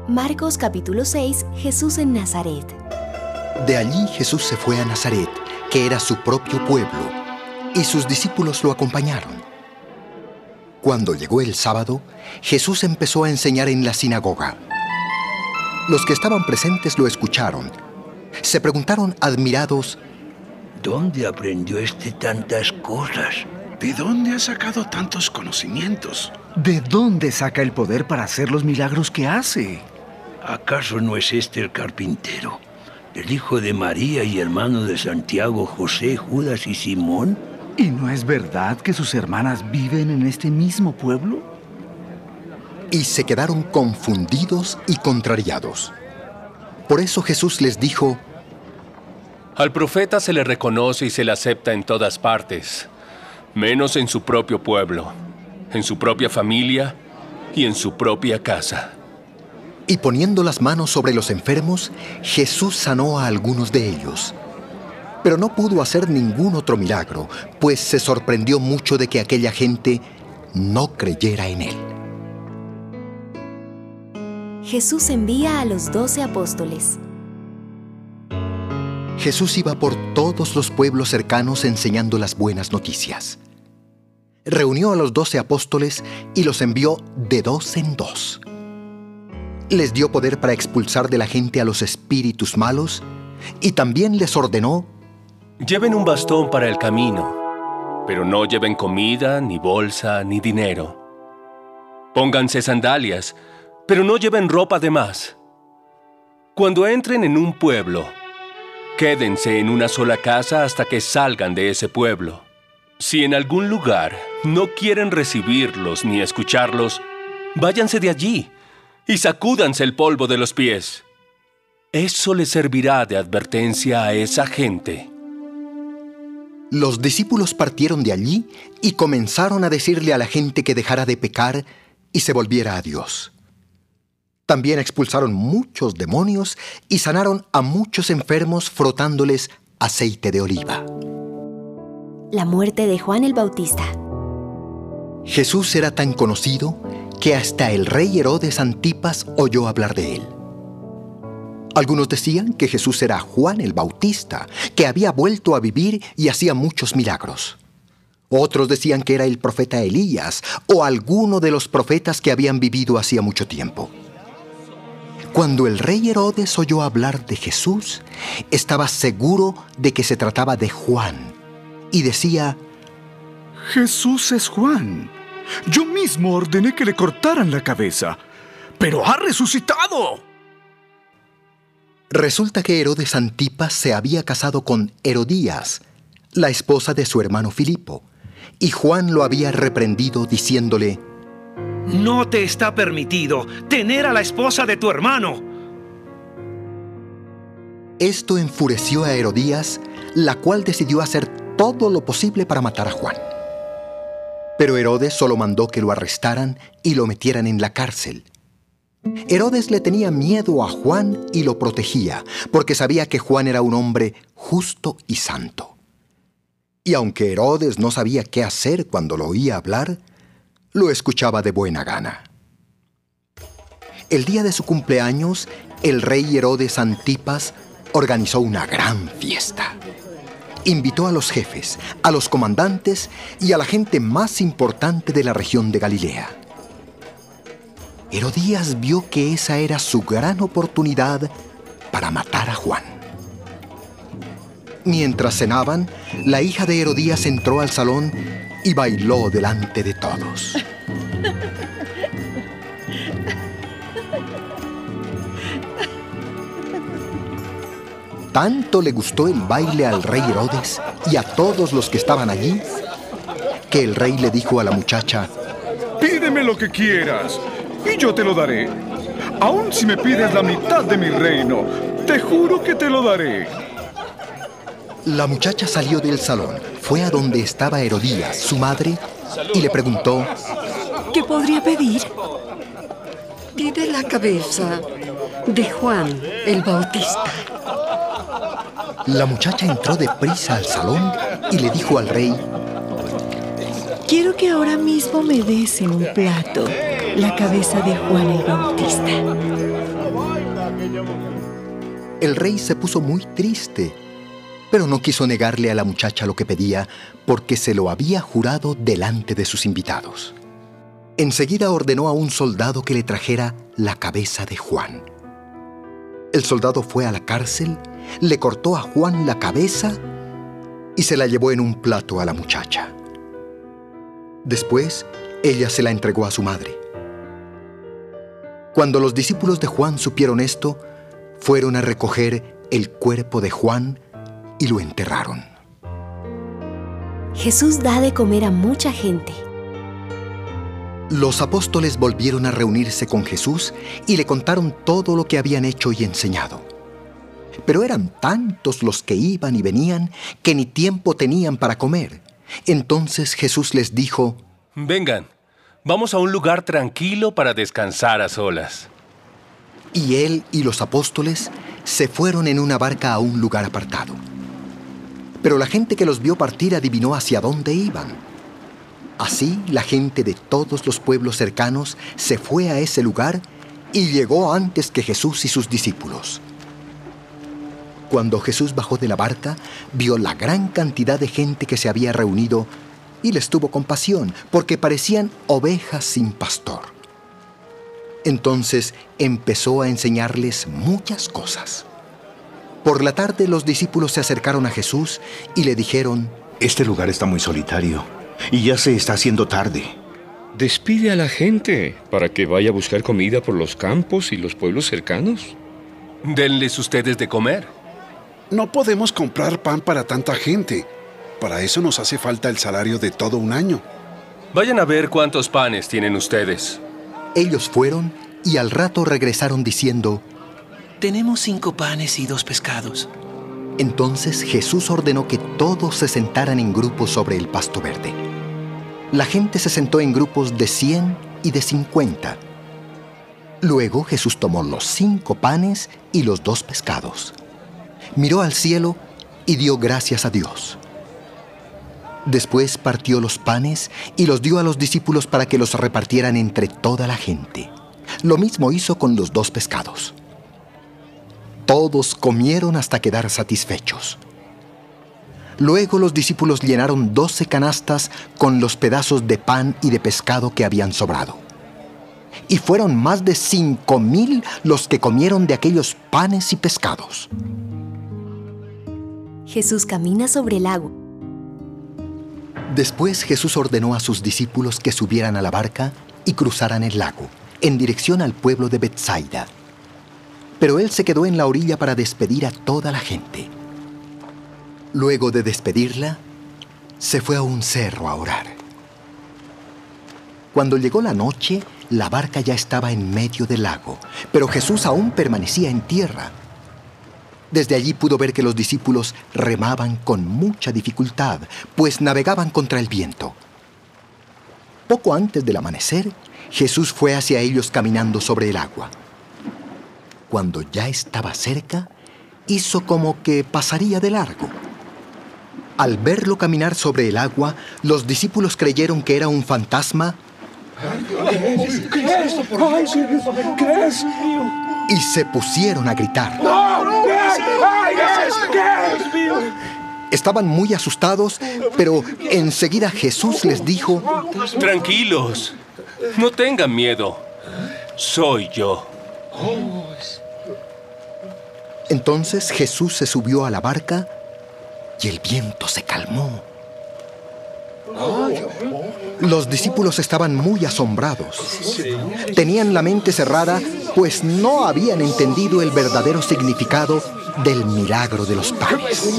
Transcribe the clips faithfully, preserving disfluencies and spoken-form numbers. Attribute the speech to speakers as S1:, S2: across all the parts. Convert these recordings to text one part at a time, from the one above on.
S1: Marcos capítulo seis, Jesús en Nazaret.
S2: De allí Jesús se fue a Nazaret, que era su propio pueblo, y sus discípulos lo acompañaron. Cuando llegó el sábado, Jesús empezó a enseñar en la sinagoga. Los que estaban presentes lo escucharon. Se preguntaron admirados:
S3: ¿dónde aprendió este tantas cosas?
S4: ¿De dónde ha sacado tantos conocimientos?
S5: ¿De dónde saca el poder para hacer los milagros que hace?
S3: ¿Acaso no es este el carpintero, el hijo de María y hermano de Santiago, José, Judas y Simón?
S5: ¿Y no es verdad que sus hermanas viven en este mismo pueblo?
S2: Y se quedaron confundidos y contrariados. Por eso Jesús les dijo:
S6: al profeta se le reconoce y se le acepta en todas partes, menos en su propio pueblo, en su propia familia y en su propia casa.
S2: Y poniendo las manos sobre los enfermos, Jesús sanó a algunos de ellos. Pero no pudo hacer ningún otro milagro, pues se sorprendió mucho de que aquella gente no creyera en él.
S1: Jesús envía a los doce apóstoles.
S2: Jesús iba por todos los pueblos cercanos enseñando las buenas noticias. Reunió a los doce apóstoles y los envió de dos en dos. Les dio poder para expulsar de la gente a los espíritus malos y también les ordenó:
S6: lleven un bastón para el camino, pero no lleven comida, ni bolsa, ni dinero. Pónganse sandalias, pero no lleven ropa de más. Cuando entren en un pueblo, quédense en una sola casa hasta que salgan de ese pueblo. Si en algún lugar no quieren recibirlos ni escucharlos, váyanse de allí y sacúdanse el polvo de los pies. Eso les servirá de advertencia a esa gente.
S2: Los discípulos partieron de allí y comenzaron a decirle a la gente que dejara de pecar y se volviera a Dios. También expulsaron muchos demonios y sanaron a muchos enfermos frotándoles aceite de oliva.
S1: La muerte de Juan el Bautista.
S2: Jesús era tan conocido que hasta el rey Herodes Antipas oyó hablar de él. Algunos decían que Jesús era Juan el Bautista, que había vuelto a vivir y hacía muchos milagros. Otros decían que era el profeta Elías o alguno de los profetas que habían vivido hacía mucho tiempo. Cuando el rey Herodes oyó hablar de Jesús, estaba seguro de que se trataba de Juan y decía:
S5: Jesús es Juan. Yo mismo ordené que le cortaran la cabeza, pero ha resucitado.
S2: Resulta que Herodes Antipas se había casado con Herodías, la esposa de su hermano Filipo, y Juan lo había reprendido diciéndole:
S7: no te está permitido tener a la esposa de tu hermano.
S2: Esto enfureció a Herodías, la cual decidió hacer todo lo posible para matar a Juan. Pero Herodes solo mandó que lo arrestaran y lo metieran en la cárcel. Herodes le tenía miedo a Juan y lo protegía, porque sabía que Juan era un hombre justo y santo. Y aunque Herodes no sabía qué hacer cuando lo oía hablar, lo escuchaba de buena gana. El día de su cumpleaños, el rey Herodes Antipas organizó una gran fiesta. Invitó a los jefes, a los comandantes y a la gente más importante de la región de Galilea. Herodías vio que esa era su gran oportunidad para matar a Juan. Mientras cenaban, la hija de Herodías entró al salón y bailó delante de todos. Tanto le gustó el baile al rey Herodes y a todos los que estaban allí, que el rey le dijo a la muchacha:
S8: pídeme lo que quieras y yo te lo daré. Aun si me pides la mitad de mi reino, te juro que te lo daré.
S2: La muchacha salió del salón, fue a donde estaba Herodías, su madre, y le preguntó:
S9: ¿qué podría pedir? Pide la cabeza de Juan el Bautista.
S2: La muchacha entró deprisa al salón y le dijo al rey:
S9: quiero que ahora mismo me des en un plato la cabeza de Juan el Bautista.
S2: El rey se puso muy triste, pero no quiso negarle a la muchacha lo que pedía porque se lo había jurado delante de sus invitados. Enseguida ordenó a un soldado que le trajera la cabeza de Juan. El soldado fue a la cárcel, le cortó a Juan la cabeza y se la llevó en un plato a la muchacha. Después, ella se la entregó a su madre. Cuando los discípulos de Juan supieron esto, fueron a recoger el cuerpo de Juan y lo enterraron.
S1: Jesús da de comer a mucha gente.
S2: Los apóstoles volvieron a reunirse con Jesús y le contaron todo lo que habían hecho y enseñado. Pero eran tantos los que iban y venían que ni tiempo tenían para comer. Entonces Jesús les dijo:
S6: Vengan, vamos a un lugar tranquilo para descansar a solas.
S2: Y él y los apóstoles se fueron en una barca a un lugar apartado. Pero la gente que los vio partir adivinó hacia dónde iban. Así, la gente de todos los pueblos cercanos se fue a ese lugar y llegó antes que Jesús y sus discípulos. Cuando Jesús bajó de la barca, vio la gran cantidad de gente que se había reunido y les tuvo compasión, porque parecían ovejas sin pastor. Entonces empezó a enseñarles muchas cosas. Por la tarde los discípulos se acercaron a Jesús y le dijeron:
S10: Este lugar está muy solitario y ya se está haciendo tarde.
S11: Despide a la gente para que vaya a buscar comida por los campos y los pueblos cercanos.
S6: Denles ustedes de comer.
S4: No podemos comprar pan para tanta gente. Para eso nos hace falta el salario de todo un año.
S6: Vayan a ver cuántos panes tienen ustedes.
S2: Ellos fueron y al rato regresaron diciendo:
S12: Tenemos cinco panes y dos pescados.
S2: Entonces Jesús ordenó que todos se sentaran en grupos sobre el pasto verde. La gente se sentó en grupos de cien y de cincuenta. Luego Jesús tomó los cinco panes y los dos pescados. Miró al cielo y dio gracias a Dios. Después partió los panes y los dio a los discípulos para que los repartieran entre toda la gente. Lo mismo hizo con los dos pescados. Todos comieron hasta quedar satisfechos. Luego los discípulos llenaron doce canastas con los pedazos de pan y de pescado que habían sobrado. Y fueron más de cinco mil los que comieron de aquellos panes y pescados.
S1: Jesús camina sobre el agua.
S2: Después Jesús ordenó a sus discípulos que subieran a la barca y cruzaran el lago, en dirección al pueblo de Betsaida. Pero él se quedó en la orilla para despedir a toda la gente. Luego de despedirla, se fue a un cerro a orar. Cuando llegó la noche, la barca ya estaba en medio del lago, pero Jesús aún permanecía en tierra. Desde allí pudo ver que los discípulos remaban con mucha dificultad, pues navegaban contra el viento. Poco antes del amanecer, Jesús fue hacia ellos caminando sobre el agua. Cuando ya estaba cerca, hizo como que pasaría de largo. Al verlo caminar sobre el agua, los discípulos creyeron que era un fantasma y se pusieron a gritar. Estaban muy asustados, pero enseguida Jesús les dijo:
S6: Tranquilos, no tengan miedo, soy yo.
S2: Entonces Jesús se subió a la barca y el viento se calmó. Los discípulos estaban muy asombrados. Tenían la mente cerrada, pues no habían entendido el verdadero significado del milagro de los panes.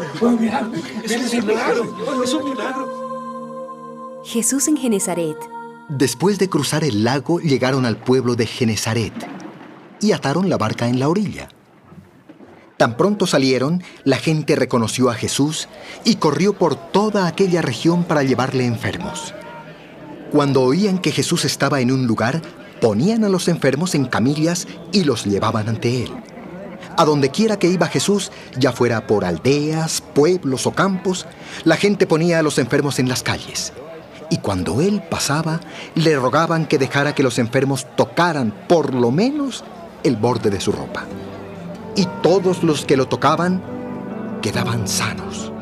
S1: Jesús en Genesaret.
S2: Después de cruzar el lago, llegaron al pueblo de Genesaret y ataron la barca en la orilla. Tan pronto salieron, la gente reconoció a Jesús y corrió por toda aquella región para llevarle enfermos. Cuando oían que Jesús estaba en un lugar, ponían a los enfermos en camillas y los llevaban ante él. A donde quiera que iba Jesús, ya fuera por aldeas, pueblos o campos, la gente ponía a los enfermos en las calles. Y cuando él pasaba, le rogaban que dejara que los enfermos tocaran, por lo menos, el borde de su ropa. Y todos los que lo tocaban quedaban sanos.